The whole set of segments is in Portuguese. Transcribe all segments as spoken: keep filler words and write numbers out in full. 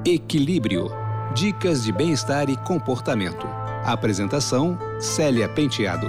Equilíbrio. Dicas de bem-estar e comportamento. Apresentação: Célia Penteado.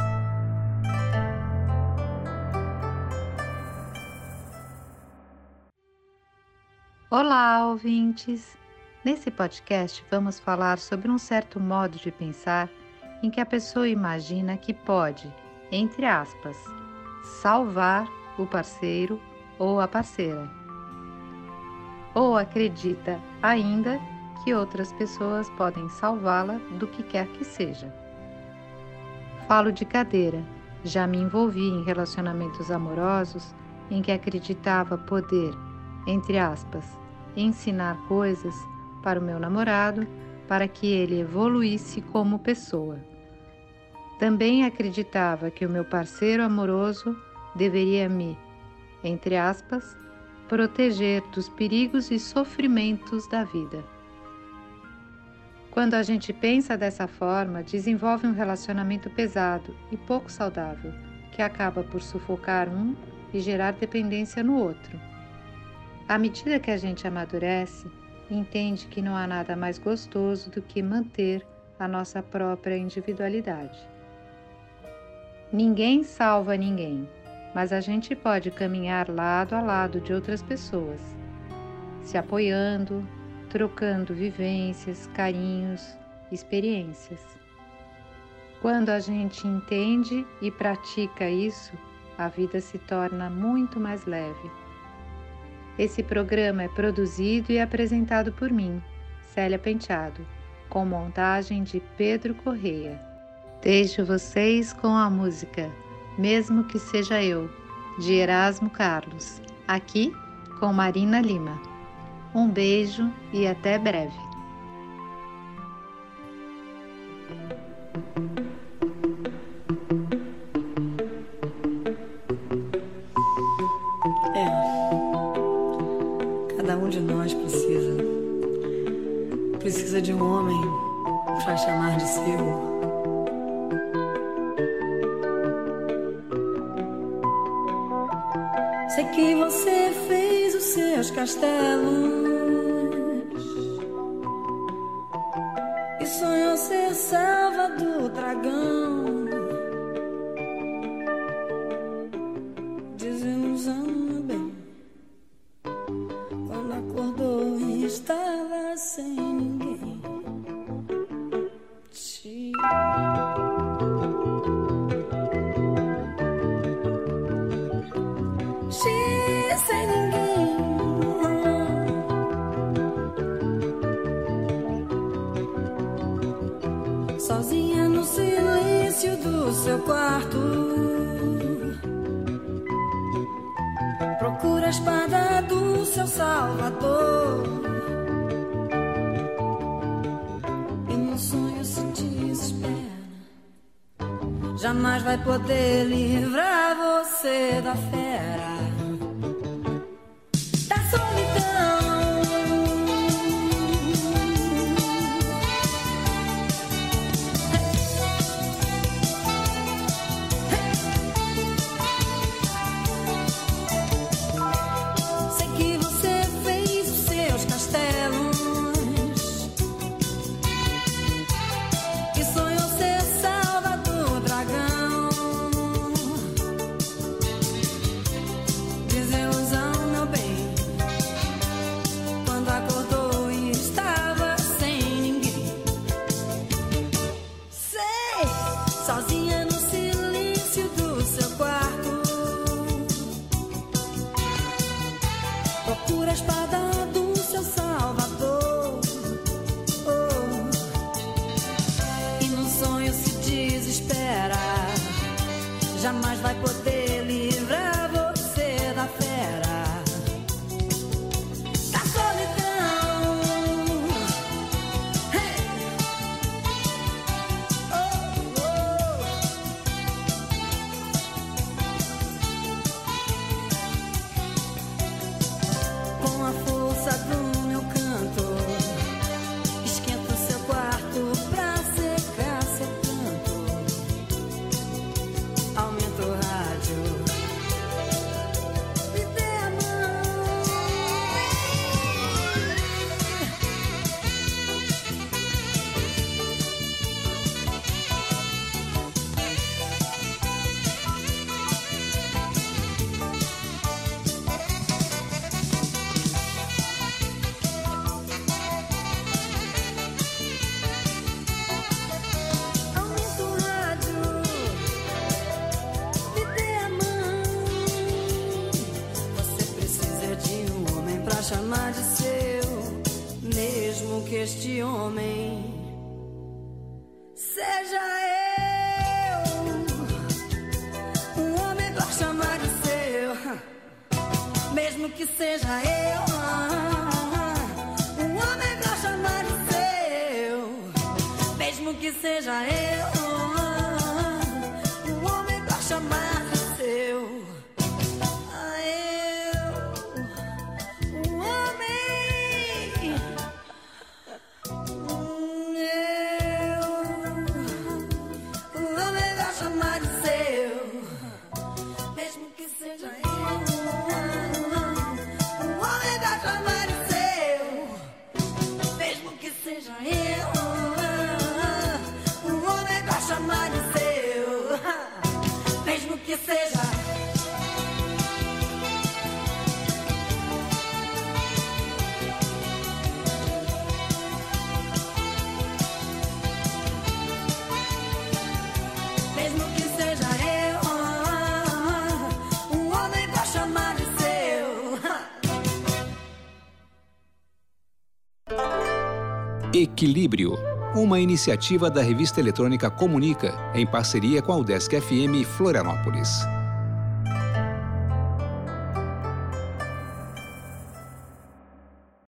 Olá, ouvintes! Nesse podcast vamos falar sobre um certo modo de pensar em que a pessoa imagina que pode, entre aspas, salvar o parceiro ou a parceira. Ou acredita ainda que outras pessoas podem salvá-la do que quer que seja. Falo de cadeira. Já me envolvi em relacionamentos amorosos em que acreditava poder, entre aspas, ensinar coisas para o meu namorado para que ele evoluísse como pessoa. Também acreditava que o meu parceiro amoroso deveria me, entre aspas, proteger dos perigos e sofrimentos da vida. Quando a gente pensa dessa forma, desenvolve um relacionamento pesado e pouco saudável, que acaba por sufocar um e gerar dependência no outro. À medida que a gente amadurece, entende que não há nada mais gostoso do que manter a nossa própria individualidade. Ninguém salva ninguém, mas a gente pode caminhar lado a lado de outras pessoas, se apoiando, trocando vivências, carinhos, experiências. Quando a gente entende e pratica isso, a vida se torna muito mais leve. Esse programa é produzido e apresentado por mim, Célia Penteado, com montagem de Pedro Correia. Deixo vocês com a música Mesmo Que Seja Eu, de Erasmo Carlos, aqui com Marina Lima. Um beijo e até breve. É, cada um de nós precisa, precisa de um homem para chamar de seu. Sei que você fez os seus castelos e sonhou ser selva do dragão. Desilusão, bem, quando acordou e estava sem ninguém. Te... sem ninguém, sozinha no silêncio do seu quarto, procura a espada do seu salvador, e no sonho se desespera, jamais vai poder livrar você da fera. Sozinha no silêncio do seu quarto, procura a espada do seu salvador, oh. E no sonho se desespera, jamais vai poder livrar você da fera. Com a força do meu canto, esquenta o seu quarto pra secar seu pranto. Aumenta o rádio. chamar de seu, mesmo que este homem seja eu. Um homem pra chamar de seu, mesmo que seja eu. Um homem pra chamar de seu, mesmo que seja eu. Um homem pra chamar de seu. Ah, eu. Um homem. Hum, eu. Um homem pra chamar de seu, mesmo que seja eu. Um homem pra chamar de seu, mesmo que seja eu. Um homem pra chamar de seu, mesmo que seja. Mesmo que seja eu. Um homem pra chamar de seu. Equilíbrio, uma iniciativa da revista eletrônica Comunica, em parceria com a Udesc F M Florianópolis.